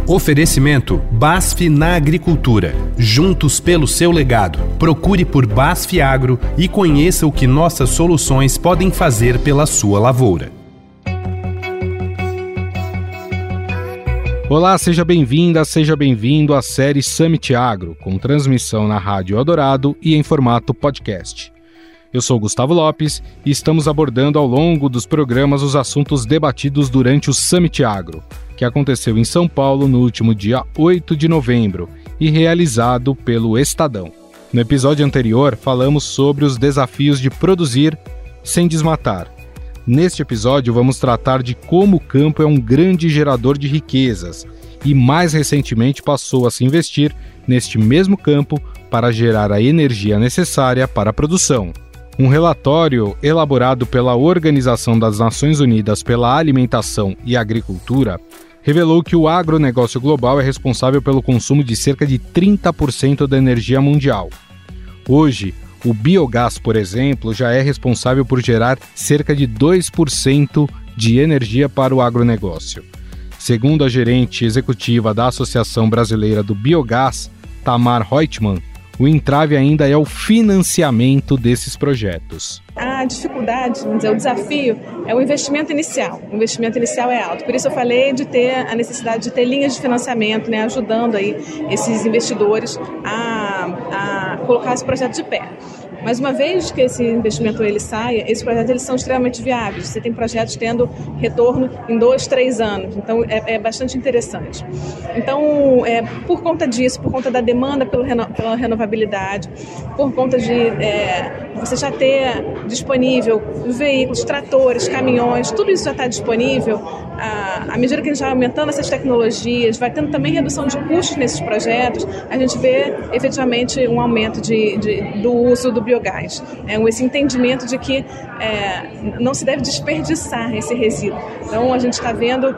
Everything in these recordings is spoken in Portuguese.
Oferecimento BASF na Agricultura. Juntos pelo seu legado. Procure por BASF Agro e conheça o que nossas soluções podem fazer pela sua lavoura. Olá, seja bem-vinda, seja bem-vindo à série Summit Agro, com transmissão na Rádio Eldorado e em formato podcast. Eu sou Gustavo Lopes e estamos abordando ao longo dos programas os assuntos debatidos durante o Summit Agro, que aconteceu em São Paulo no último dia 8 de novembro e realizado pelo Estadão. No episódio anterior, falamos sobre os desafios de produzir sem desmatar. Neste episódio, vamos tratar de como o campo é um grande gerador de riquezas e, mais recentemente, passou a se investir neste mesmo campo para gerar a energia necessária para a produção. Um relatório elaborado pela Organização das Nações Unidas pela Alimentação e Agricultura revelou que o agronegócio global é responsável pelo consumo de cerca de 30% da energia mundial. Hoje, o biogás, por exemplo, já é responsável por gerar cerca de 2% de energia para o agronegócio. Segundo a gerente executiva da Associação Brasileira do Biogás, Tamar Reutemann, o entrave ainda é o financiamento desses projetos. A dificuldade, vamos dizer, o desafio é o investimento inicial. O investimento inicial é alto. Por isso eu falei de ter a necessidade de ter linhas de financiamento, né, ajudando aí esses investidores a colocar esse projeto de pé. Mas uma vez que esse investimento ele saia, esses projetos eles são extremamente viáveis. Você tem projetos tendo retorno em 2, 3 anos. Então, é bastante interessante. Então, por conta disso, por conta da demanda pela renovabilidade, por conta de você já ter disponível veículos, tratores, caminhões, tudo isso já está disponível. À medida que a gente vai aumentando essas tecnologias, vai tendo também redução de custos nesses projetos, a gente vê efetivamente um aumento do uso do biogás. Esse entendimento de que não se deve desperdiçar esse resíduo. Então, a gente está vendo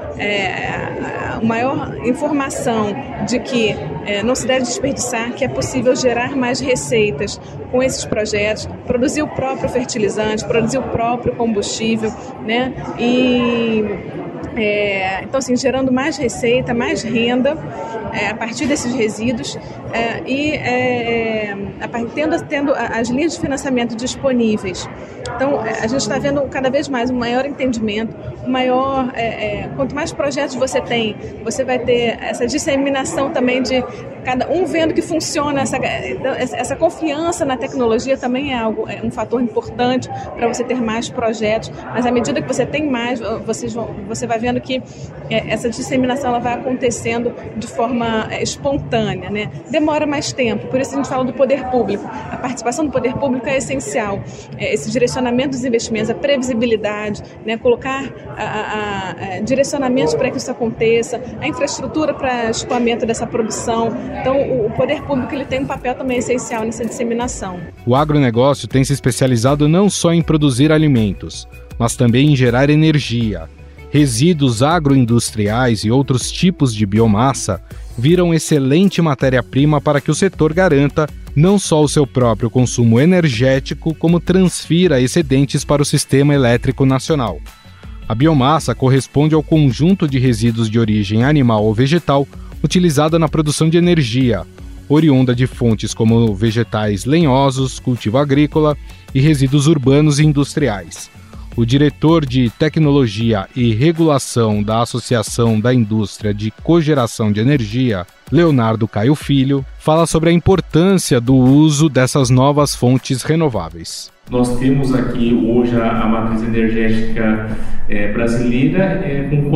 maior informação de que não se deve desperdiçar, que é possível gerar mais receitas com esses projetos, produzir o próprio fertilizante, produzir o próprio combustível, né? Então, assim, gerando mais receita, mais renda a partir desses resíduos tendo as linhas de financiamento disponíveis. Então, a gente está vendo cada vez mais um maior entendimento, quanto mais projetos você tem, você vai ter essa disseminação também de cada um vendo que funciona, essa confiança na tecnologia também é um fator importante para você ter mais projetos, mas à medida que você tem mais, você vai vendo que essa disseminação ela vai acontecendo de forma espontânea, né? Demora mais tempo, por isso a gente fala do poder público. A participação do poder público é essencial, esse direcionamento dos investimentos, a previsibilidade, né? Colocar direcionamentos para que isso aconteça, a infraestrutura para escoamento dessa produção. Então, o poder público ele tem um papel também essencial nessa disseminação. O agronegócio tem se especializado não só em produzir alimentos, mas também em gerar energia. Resíduos agroindustriais e outros tipos de biomassa viram excelente matéria-prima para que o setor garanta não só o seu próprio consumo energético, como transfira excedentes para o sistema elétrico nacional. A biomassa corresponde ao conjunto de resíduos de origem animal ou vegetal utilizada na produção de energia, oriunda de fontes como vegetais lenhosos, cultivo agrícola e resíduos urbanos e industriais. O diretor de Tecnologia e Regulação da Associação da Indústria de Cogeração de Energia, Leonardo Caio Filho, fala sobre a importância do uso dessas novas fontes renováveis. Nós temos aqui hoje a matriz energética brasileira com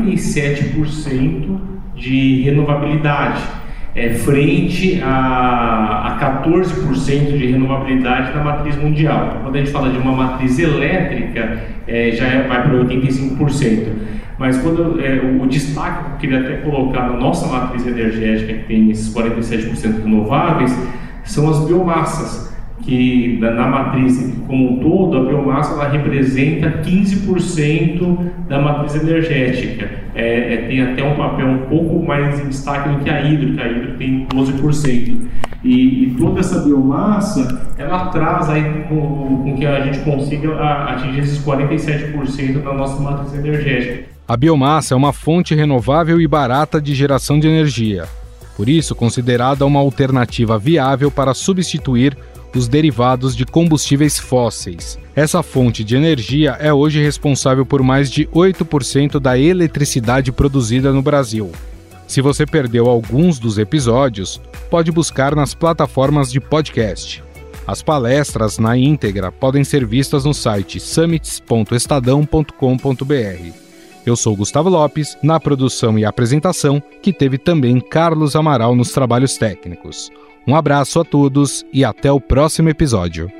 47% de renovabilidade, frente a 14% de renovabilidade da matriz mundial. Quando a gente fala de uma matriz elétrica, vai para 85%. Mas o destaque que eu queria até colocar na nossa matriz energética, que tem esses 47% renováveis, são as biomassas, que na matriz como um todo, a biomassa ela representa 15% da matriz energética. Tem até um papel um pouco mais em destaque do que a hídrica tem 12%. E toda essa biomassa, ela traz aí com que a gente consiga atingir esses 47% da nossa matriz energética. A biomassa é uma fonte renovável e barata de geração de energia, por isso considerada uma alternativa viável para substituir os derivados de combustíveis fósseis. Essa fonte de energia é hoje responsável por mais de 8% da eletricidade produzida no Brasil. Se você perdeu alguns dos episódios, pode buscar nas plataformas de podcast. As palestras na íntegra podem ser vistas no site summits.estadão.com.br. Eu sou Gustavo Lopes, na produção e apresentação, que teve também Carlos Amaral nos trabalhos técnicos. Um abraço a todos e até o próximo episódio.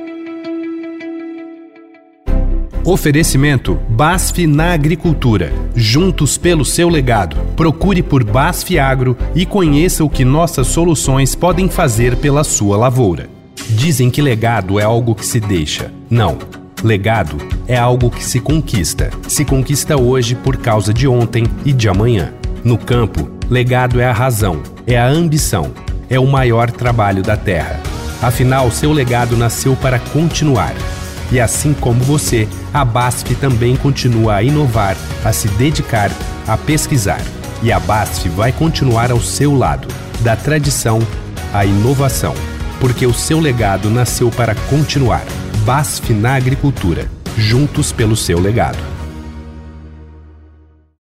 Oferecimento BASF na Agricultura. Juntos pelo seu legado. Procure por BASF Agro e conheça o que nossas soluções podem fazer pela sua lavoura. Dizem que legado é algo que se deixa. Não. Legado é algo que se conquista. Se conquista hoje por causa de ontem e de amanhã. No campo, legado é a razão, é a ambição, é o maior trabalho da terra. Afinal, seu legado nasceu para continuar. E assim como você, a BASF também continua a inovar, a se dedicar, a pesquisar. E a BASF vai continuar ao seu lado, da tradição à inovação. Porque o seu legado nasceu para continuar. BASF na Agricultura. Juntos pelo seu legado.